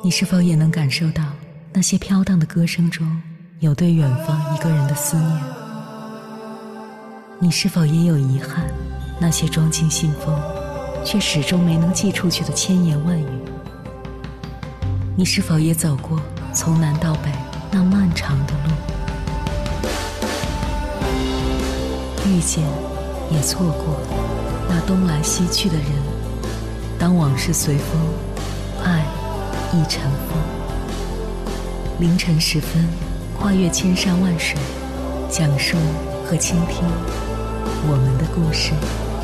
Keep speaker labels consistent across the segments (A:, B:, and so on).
A: 你是否也能感受到那些飘荡的歌声中有对远方一个人的思念？你是否也有遗憾，那些装进信封却始终没能寄出去的千言万语？你是否也走过从南到北那漫长的路？遇见也错过那东来西去的人，当往事随风，爱亦尘封。凌晨时分，跨越千山万水，讲述和倾听我们的故事。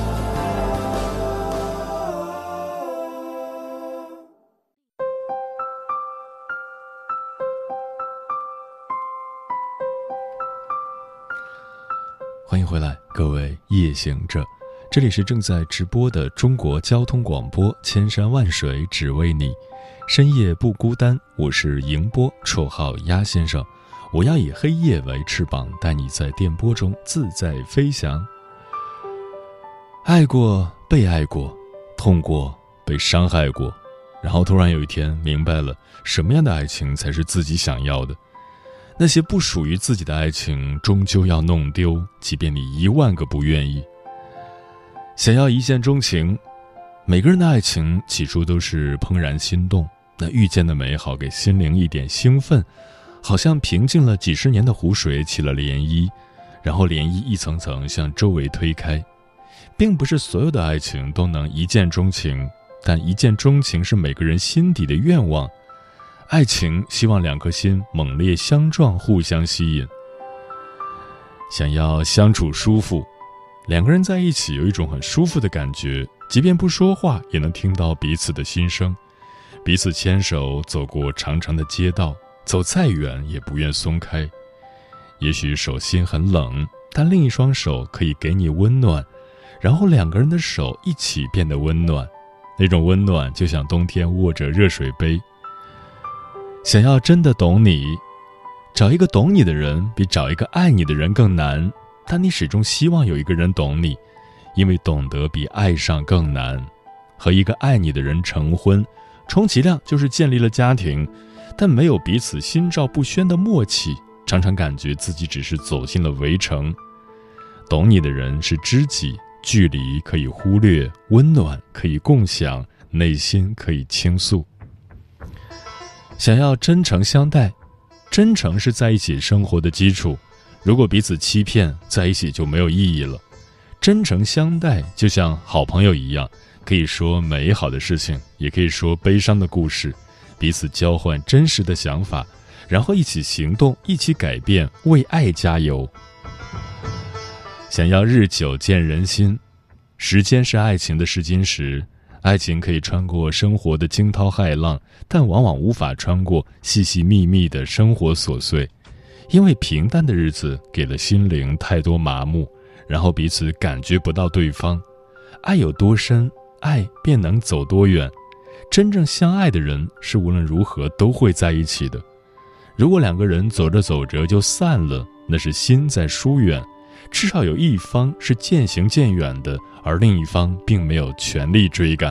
B: 欢迎回来，各位夜行者，这里是正在直播的中国交通广播，千山万水只为你，深夜不孤单。我是迎波，绰号鸭先生。我要以黑夜为翅膀，带你在电波中自在飞翔。爱过，被爱过，痛过，被伤害过，然后突然有一天明白了什么样的爱情才是自己想要的。那些不属于自己的爱情终究要弄丢，即便你10000个不愿意。想要一见钟情，每个人的爱情起初都是怦然心动，那遇见的美好给心灵一点兴奋，好像平静了几十年的湖水起了涟漪，然后涟漪一层层向周围推开。并不是所有的爱情都能一见钟情，但一见钟情是每个人心底的愿望。爱情希望两颗心猛烈相撞，互相吸引。想要相处舒服，两个人在一起有一种很舒服的感觉，即便不说话也能听到彼此的心声，彼此牵手走过长长的街道，走再远也不愿松开。也许手心很冷，但另一双手可以给你温暖，然后两个人的手一起变得温暖，那种温暖就像冬天握着热水杯。想要真的懂你，找一个懂你的人比找一个爱你的人更难，但你始终希望有一个人懂你，因为懂得比爱上更难。和一个爱你的人成婚，充其量就是建立了家庭，但没有彼此心照不宣的默契，常常感觉自己只是走进了围城。懂你的人是知己，距离可以忽略，温暖可以共享，内心可以倾诉。想要真诚相待，真诚是在一起生活的基础，如果彼此欺骗，在一起就没有意义了。真诚相待就像好朋友一样，可以说美好的事情，也可以说悲伤的故事，彼此交换真实的想法，然后一起行动，一起改变，为爱加油。想要日久见人心，时间是爱情的试金石，爱情可以穿过生活的惊涛骇浪，但往往无法穿过细细密密的生活琐碎，因为平淡的日子给了心灵太多麻木，然后彼此感觉不到对方。爱有多深，爱便能走多远。真正相爱的人是无论如何都会在一起的。如果两个人走着走着就散了，那是心在疏远，至少有一方是渐行渐远的，而另一方并没有全力追赶。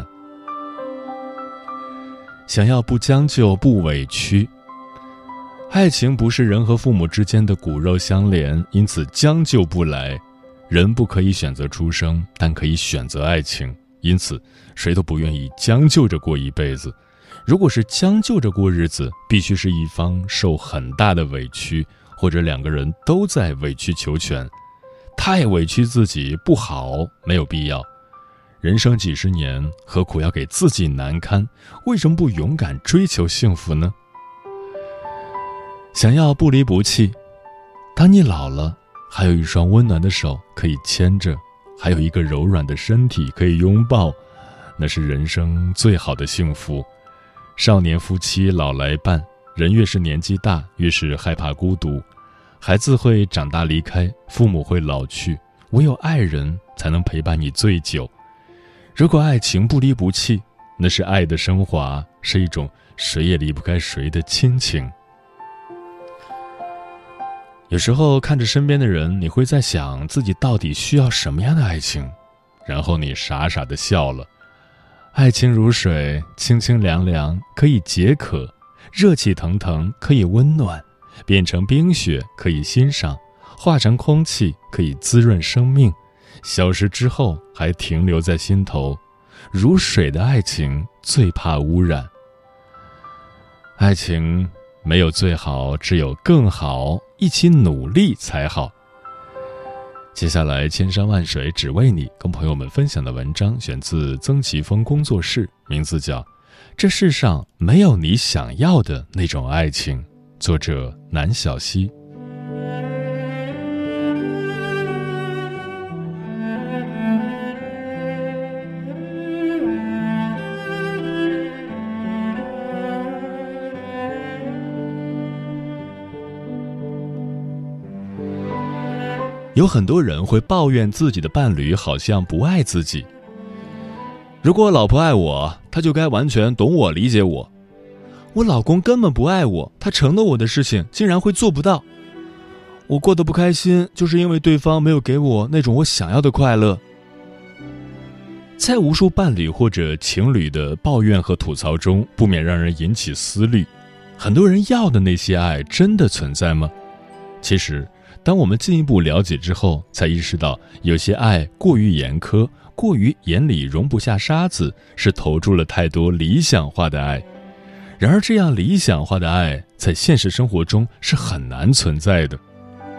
B: 想要不将就不委屈，爱情不是人和父母之间的骨肉相连，因此将就不来。人不可以选择出生，但可以选择爱情，因此谁都不愿意将就着过一辈子。如果是将就着过日子，必须是一方受很大的委屈，或者两个人都在委曲求全。太委屈自己不好，没有必要。人生几十年，何苦要给自己难堪？为什么不勇敢追求幸福呢？想要不离不弃，当你老了，还有一双温暖的手可以牵着，还有一个柔软的身体可以拥抱，那是人生最好的幸福。少年夫妻老来伴，人越是年纪大，越是害怕孤独。孩子会长大离开，父母会老去，唯有爱人才能陪伴你最久。如果爱情不离不弃，那是爱的升华，是一种谁也离不开谁的亲情。有时候看着身边的人，你会在想自己到底需要什么样的爱情，然后你傻傻地笑了。爱情如水，清清凉凉，可以解渴， 热气腾腾可以温暖，变成冰雪可以欣赏，化成空气可以滋润生命，消失之后还停留在心头。如水的爱情最怕污染。爱情没有最好，只有更好，一起努力才好。接下来千山万水只为你，跟朋友们分享的文章选自曾奇峰工作室，名字叫《这世上没有你想要的那种爱情》，作者南小溪。有很多人会抱怨自己的伴侣好像不爱自己。如果我老婆爱我，她就该完全懂我、理解我。我老公根本不爱我，他承诺我的事情竟然会做不到。我过得不开心，就是因为对方没有给我那种我想要的快乐。在无数伴侣或者情侣的抱怨和吐槽中，不免让人引起思虑：很多人要的那些爱真的存在吗？其实当我们进一步了解之后，才意识到有些爱过于严苛，过于眼里容不下沙子，是投注了太多理想化的爱。然而这样理想化的爱在现实生活中是很难存在的。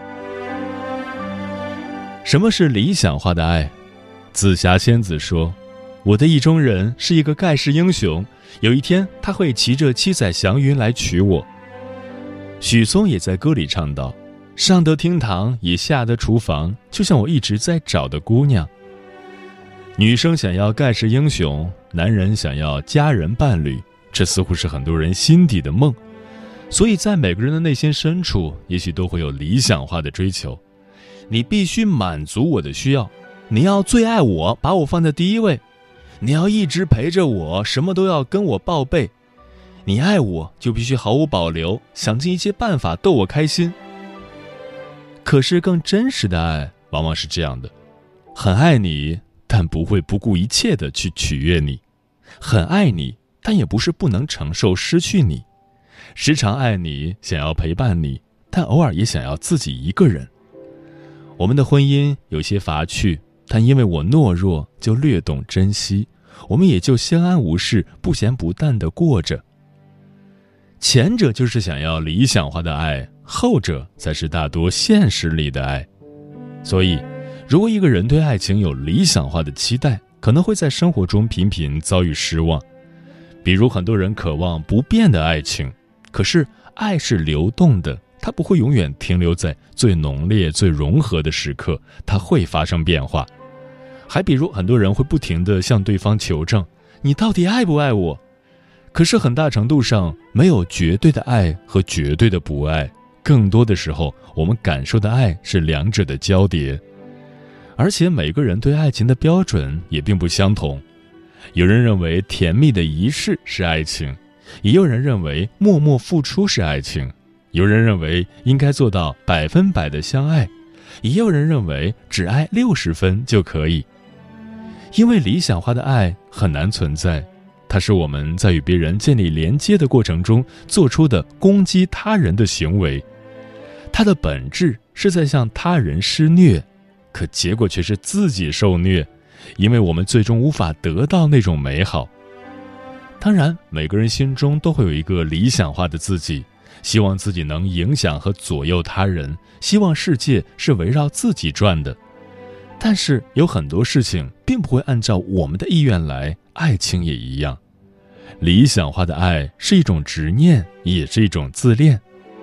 B: 什么是理想化的爱？紫霞仙子说，我的意中人是一个盖世英雄，有一天他会骑着七彩祥云来娶我。许嵩也在歌里唱道，上得厅堂也下得厨房，就像我一直在找的姑娘。女生想要盖世英雄，男人想要佳人伴侣，这似乎是很多人心底的梦。所以在每个人的内心深处，也许都会有理想化的追求。你必须满足我的需要，你要最爱我，把我放在第一位，你要一直陪着我，什么都要跟我报备。你爱我就必须毫无保留，想尽一切办法逗我开心。可是更真实的爱往往是这样的，很爱你，但不会不顾一切地去取悦你，很爱你，但也不是不能承受失去你，时常爱你，想要陪伴你，但偶尔也想要自己一个人。我们的婚姻有些乏趣，但因为我懦弱，就略懂珍惜，我们也就相安无事，不咸不淡地过着。前者就是想要理想化的爱，后者才是大多现实里的爱。所以如果一个人对爱情有理想化的期待，可能会在生活中频频遭遇失望。比如很多人渴望不变的爱情，可是爱是流动的，它不会永远停留在最浓烈最融合的时刻，它会发生变化。还比如很多人会不停地向对方求证，你到底爱不爱我？可是很大程度上没有绝对的爱和绝对的不爱，更多的时候我们感受的爱是两者的交叠。而且每个人对爱情的标准也并不相同，有人认为甜蜜的仪式是爱情，也有人认为默默付出是爱情，有人认为应该做到100%的相爱，也有人认为只爱60分就可以。因为理想化的爱很难存在，它是我们在与别人建立连接的过程中做出的攻击他人的行为，它的本质是在向他人施虐，可结果却是自己受虐，因为我们最终无法得到那种美好。当然每个人心中都会有一个理想化的自己，希望自己能影响和左右他人，希望世界是围绕自己转的。但是有很多事情并不会按照我们的意愿来，爱情也一样。理想化的爱是一种执念，也是一种自恋。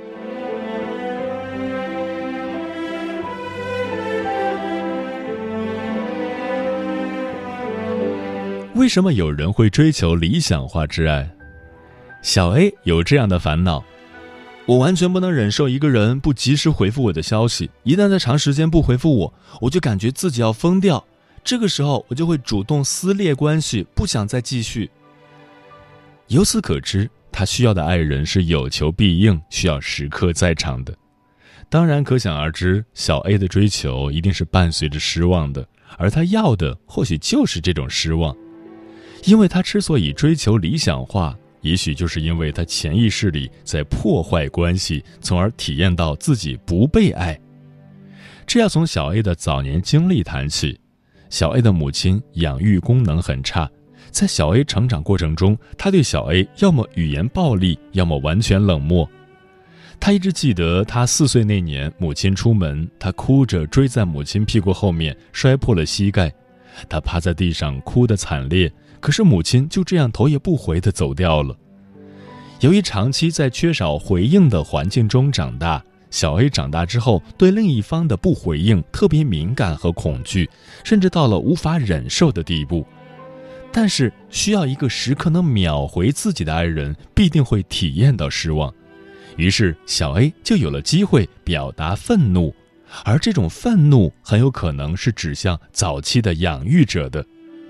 B: 为什么有人会追求理想化之爱？小 A 有这样的烦恼，我完全不能忍受一个人不及时回复我的消息，一旦在长时间不回复我，我就感觉自己要疯掉，这个时候我就会主动撕裂关系，不想再继续。由此可知，他需要的爱人是有求必应，需要时刻在场的。当然可想而知，小 A 的追求一定是伴随着失望的，而他要的或许就是这种失望。因为他之所以追求理想化， 也许就是因为他潜意识里在破坏关系，从而体验到自己不被爱。这要从小 A 的早年经历谈起。小 A 的母亲养育功能很差，在小 A 成长过程中，他对小 A 要么语言暴力，要么完全冷漠。他一直记得他4岁那年，母亲出门，他哭着追在母亲屁股后面，摔破了膝盖。他趴在地上哭得惨烈，可是母亲就这样头也不回地走掉了。由于长期在缺少回应的环境中长大，小 A 长大之后对另一方的不回应特别敏感和恐惧，甚至到了无法忍受的地步。但是需要一个时刻能秒回自己的爱人，必定会体验到失望。于是小 A 就有了机会表达愤怒，而这种愤怒很有可能是指向早期的养育者的。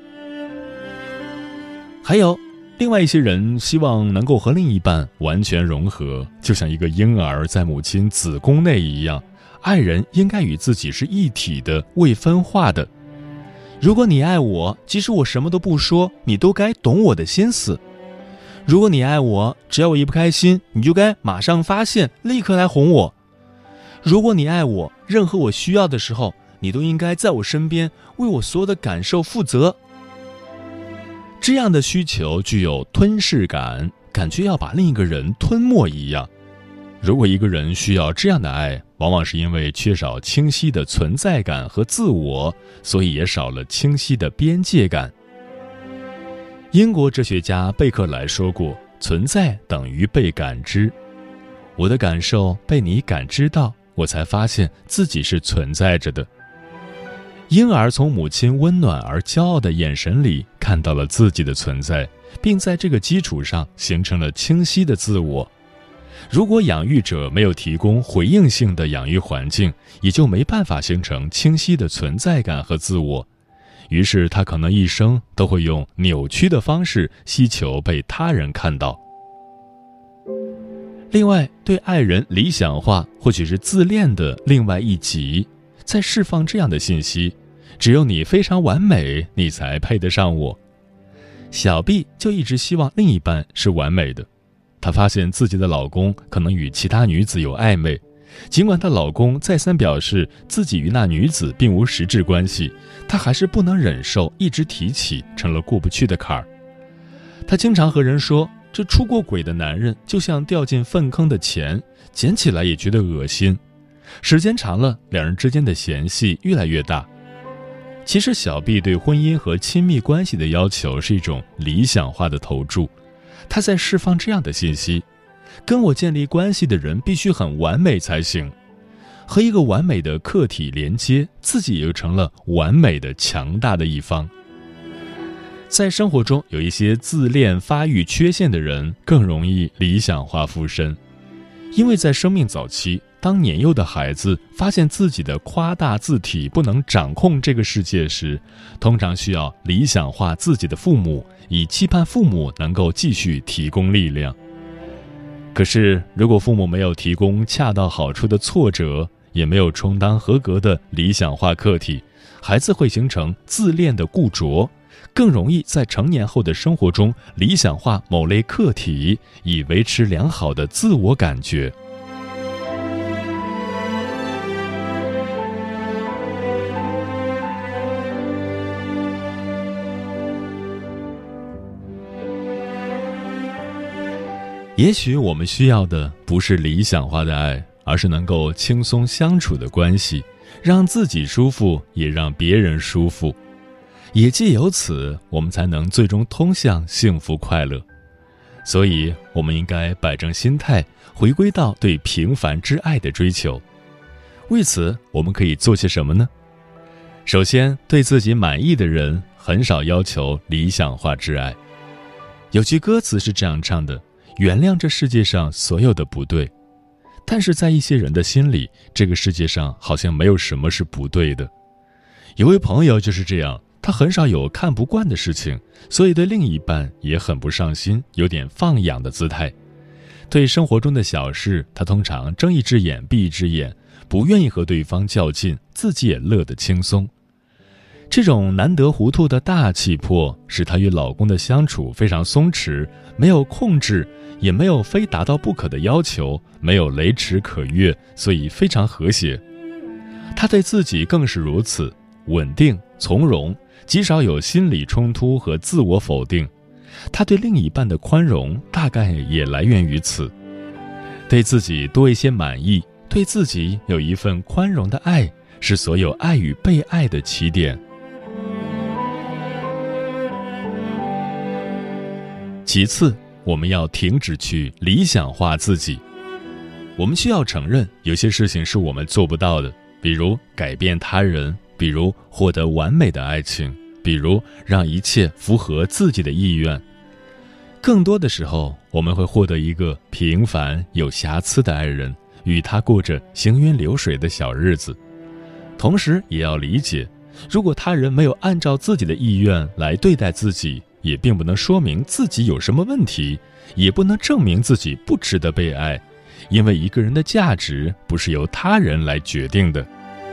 B: 还有另外一些人希望能够和另一半完全融合，就像一个婴儿在母亲子宫内一样，爱人应该与自己是一体的，未分化的。如果你爱我，即使我什么都不说，你都该懂我的心思。如果你爱我，只要我一不开心，你就该马上发现，立刻来哄我。如果你爱我，任何我需要的时候，你都应该在我身边，为我所有的感受负责。这样的需求具有吞噬感，感觉要把另一个人吞没一样。如果一个人需要这样的爱，往往是因为缺少清晰的存在感和自我，所以也少了清晰的边界感。英国哲学家贝克莱说过，存在等于被感知。我的感受被你感知到，我才发现自己是存在着的。婴儿从母亲温暖而骄傲的眼神里看到了自己的存在，并在这个基础上形成了清晰的自我。如果养育者没有提供回应性的养育环境，也就没办法形成清晰的存在感和自我。于是他可能一生都会用扭曲的方式希求被他人看到。另外，对爱人理想化或许是自恋的另外一极，在释放这样的信息：只有你非常完美，你才配得上我。小 B 就一直希望另一半是完美的。她发现自己的老公可能与其他女子有暧昧，尽管她老公再三表示自己与那女子并无实质关系，她还是不能忍受，一直提起，成了过不去的坎儿。她经常和人说，这出过轨的男人就像掉进粪坑的钱，捡起来也觉得恶心。时间长了，两人之间的嫌隙越来越大。其实小 B 对婚姻和亲密关系的要求是一种理想化的投注，他在释放这样的信息：跟我建立关系的人必须很完美才行。和一个完美的客体连接，自己也就成了完美的强大的一方。在生活中，有一些自恋发育缺陷的人更容易理想化附身，因为在生命早期，当年幼的孩子发现自己的夸大字体不能掌控这个世界时，通常需要理想化自己的父母，以期盼父母能够继续提供力量。可是，如果父母没有提供恰到好处的挫折，也没有充当合格的理想化客体，孩子会形成自恋的固着，更容易在成年后的生活中理想化某类客体，以维持良好的自我感觉。也许我们需要的不是理想化的爱，而是能够轻松相处的关系，让自己舒服，也让别人舒服。也藉由此，我们才能最终通向幸福快乐。所以，我们应该摆正心态，回归到对平凡之爱的追求。为此，我们可以做些什么呢？首先，对自己满意的人，很少要求理想化之爱。有句歌词是这样唱的：原谅这世界上所有的不对。但是在一些人的心里，这个世界上好像没有什么是不对的。有位朋友就是这样，他很少有看不惯的事情，所以对另一半也很不上心，有点放养的姿态。对生活中的小事，他通常睁一只眼闭一只眼，不愿意和对方较劲，自己也乐得轻松。 这种难得糊涂的大气魄，使她与老公的相处非常松弛，没有控制，也没有非达到不可的要求，没有雷池可越，所以非常和谐。她对自己更是如此，稳定从容，极少有心理冲突和自我否定。她对另一半的宽容大概也来源于此，对自己多一些满意，对自己有一份宽容的爱，是所有爱与被爱的起点。其次，我们要停止去理想化自己。我们需要承认，有些事情是我们做不到的，比如改变他人，比如获得完美的爱情，比如让一切符合自己的意愿。更多的时候，我们会获得一个平凡有瑕疵的爱人，与他过着行云流水的小日子。同时也要理解，如果他人没有按照自己的意愿来对待自己，也并不能说明自己有什么问题，也不能证明自己不值得被爱，因为一个人的价值不是由他人来决定的。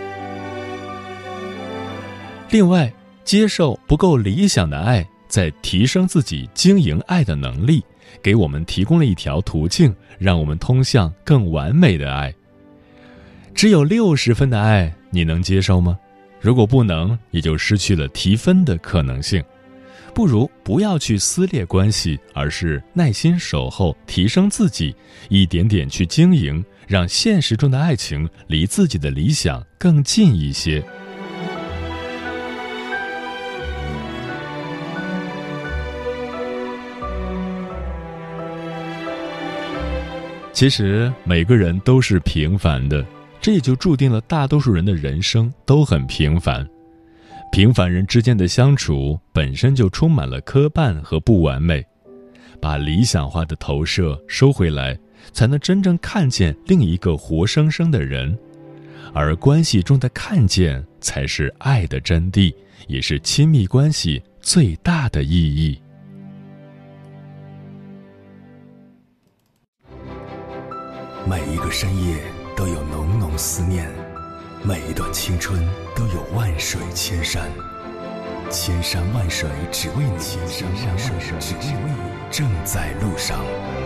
B: 另外，接受不够理想的爱，在提升自己经营爱的能力，给我们提供了一条途径，让我们通向更完美的爱。只有60分的爱，你能接受吗？如果不能，也就失去了提分的可能性。不如不要去撕裂关系，而是耐心守候，提升自己，一点点去经营，让现实中的爱情离自己的理想更近一些。其实每个人都是平凡的，这也就注定了大多数人的人生都很平凡。平凡人之间的相处本身就充满了磕绊和不完美，把理想化的投射收回来，才能真正看见另一个活生生的人。而关系中的看见，才是爱的真谛，也是亲密关系最大的意义。
C: 每一个深夜都有浓浓思念，每一段青春都有万水千山，千山万水只为你，千山万水只为你，正在路上。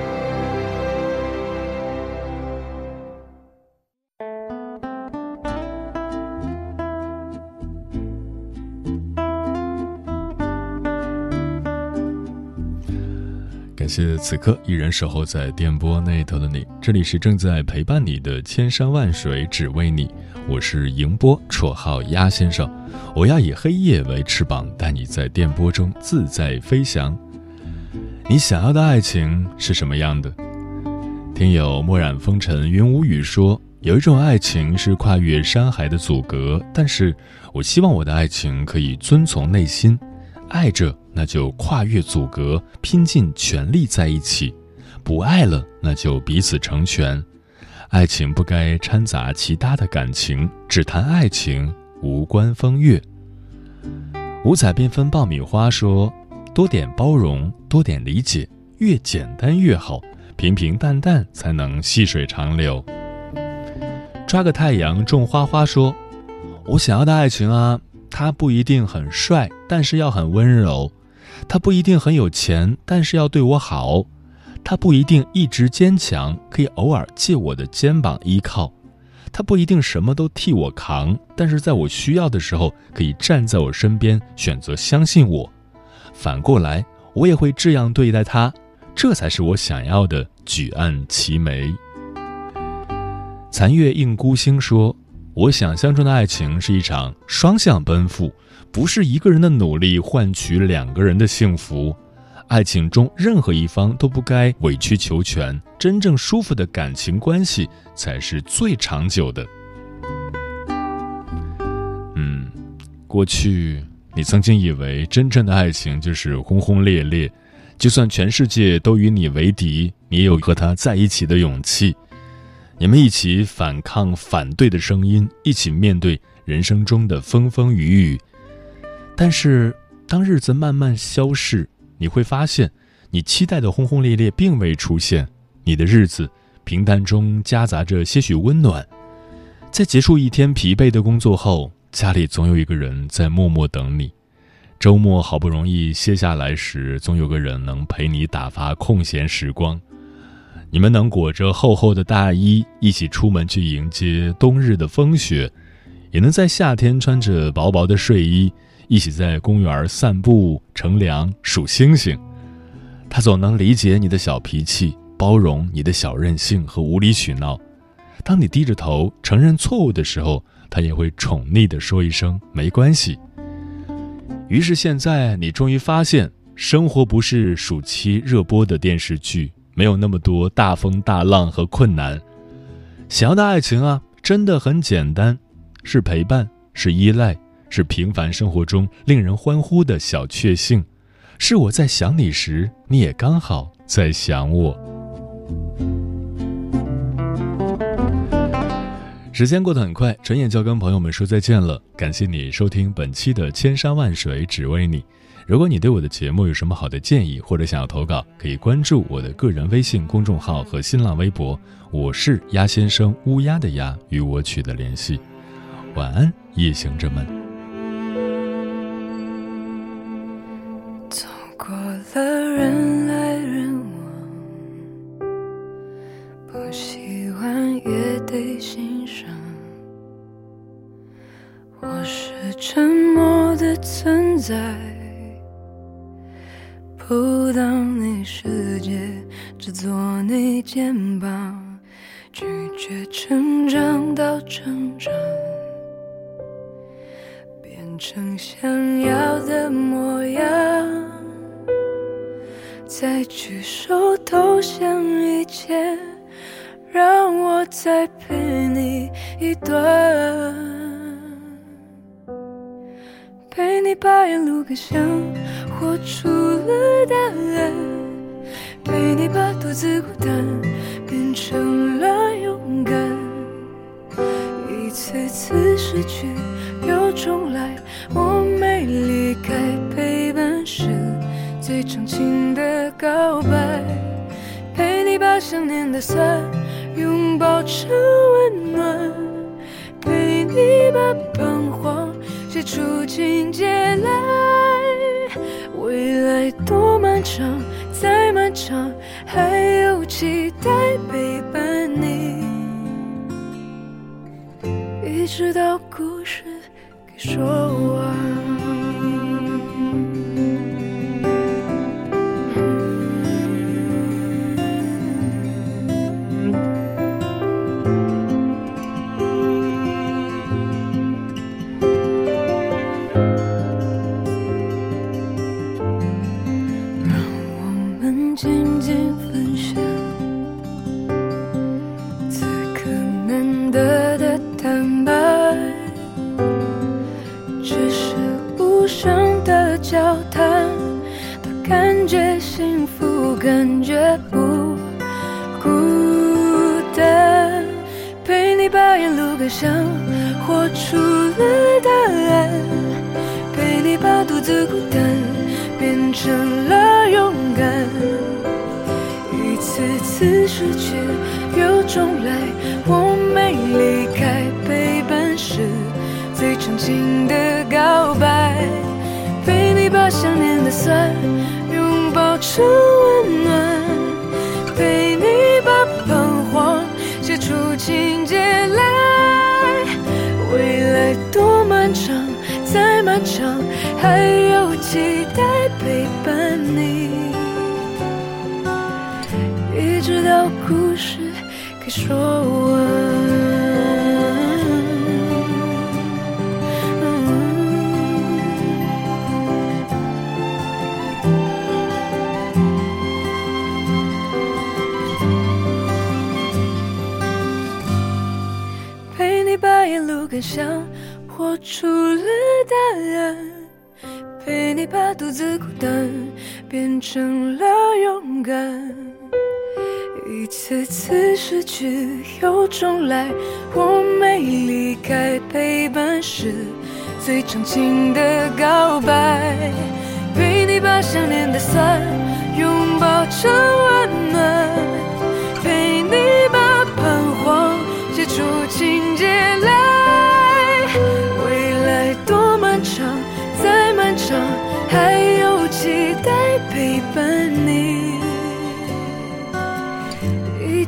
B: 感谢此刻依然守候在电波那头的你，这里是正在陪伴你的千山万水只为你，我是迎波，绰号鸭先生。我要以黑夜为翅膀，带你在电波中自在飞翔。你想要的爱情是什么样的？听友墨染风尘云无语说，有一种爱情是跨越山海的阻隔，但是我希望我的爱情可以遵从内心，爱着那就跨越阻隔，拼尽全力在一起；不爱了，那就彼此成全。爱情不该掺杂其他的感情，只谈爱情，无关风月。五彩缤纷爆米花说，多点包容，多点理解，越简单越好，平平淡淡才能细水长流。抓个太阳种花花说，我想要的爱情啊，他不一定很帅，但是要很温柔；他不一定很有钱，但是要对我好；他不一定一直坚强，可以偶尔借我的肩膀依靠；他不一定什么都替我扛，但是在我需要的时候可以站在我身边，选择相信我。反过来，我也会这样对待他，这才是我想要的举案齐眉。残月映孤星说，我想象中的爱情是一场双向奔赴，不是一个人的努力换取两个人的幸福。爱情中任何一方都不该委曲求全，真正舒服的感情关系才是最长久的。过去你曾经以为真正的爱情就是轰轰烈烈，就算全世界都与你为敌，你也有和他在一起的勇气。你们一起反抗反对的声音，一起面对人生中的风风雨雨。但是当日子慢慢消逝，你会发现你期待的轰轰烈烈并未出现，你的日子平淡中夹杂着些许温暖。在结束一天疲惫的工作后， 家里总有一个人在默默等你。周末好不容易歇下来时，总有个人能陪你打发空闲时光。你们能裹着厚厚的大衣一起出门去迎接冬日的风雪，也能在夏天穿着薄薄的睡衣一起在公园散步乘凉数星星。他总能理解你的小脾气，包容你的小任性和无理取闹。当你低着头承认错误的时候，他也会宠溺地说一声没关系。于是现在你终于发现，生活不是暑期热播的电视剧，没有那么多大风大浪和困难。想要的爱情啊，真的很简单，是陪伴，是依赖，是平凡生活中令人欢呼的小确幸，是我在想你时，你也刚好在想我。时间过得很快，转眼就要跟朋友们说再见了。感谢你收听本期的千山万水只为你。如果你对我的节目有什么好的建议，或者想要投稿，可以关注我的个人微信公众号和新浪微博，我是鸭先生，乌鸦的鸭，与我取得联系。晚安，夜行者们。
D: 走过了人来人往，不喜欢也得欣赏。我是沉默的存在，扑到你世界，只做你肩膀，拒绝成长到成长，变成想要的模样，再举手投降一切，让我再陪你一段，陪你把沿路感想活出了答案，陪你把独自孤单变成了勇敢，一次次失去又重来，我没离开，陪伴是最长情的告白，陪你把想念的酸拥抱成温暖，陪你把彷徨写出情节来，未来多漫长，再漫长，还有期待陪伴你，一直到故事给说完。静静分享此刻难得的坦白，只是无声的交谈，都感觉幸福，感觉不孤单，陪你把沿路感想活出了答案，陪你把独自孤单变成了勇敢，一次次失去又重来，我没离开，陪伴是最长情的告白，陪你把想念的酸拥抱成温暖，陪你把彷徨写出情节来，未来多漫长，再漫长，还有期待陪伴你，一直到故事给说完。陪你把沿路感想活出了答案，陪你把独自孤单变成了勇敢，一次次失去又重来，我没离开，陪伴是最长情的告白，陪你把想念的酸拥抱成温暖，陪你把彷徨写出情节来，未来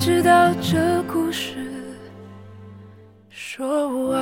D: 直到这故事说完。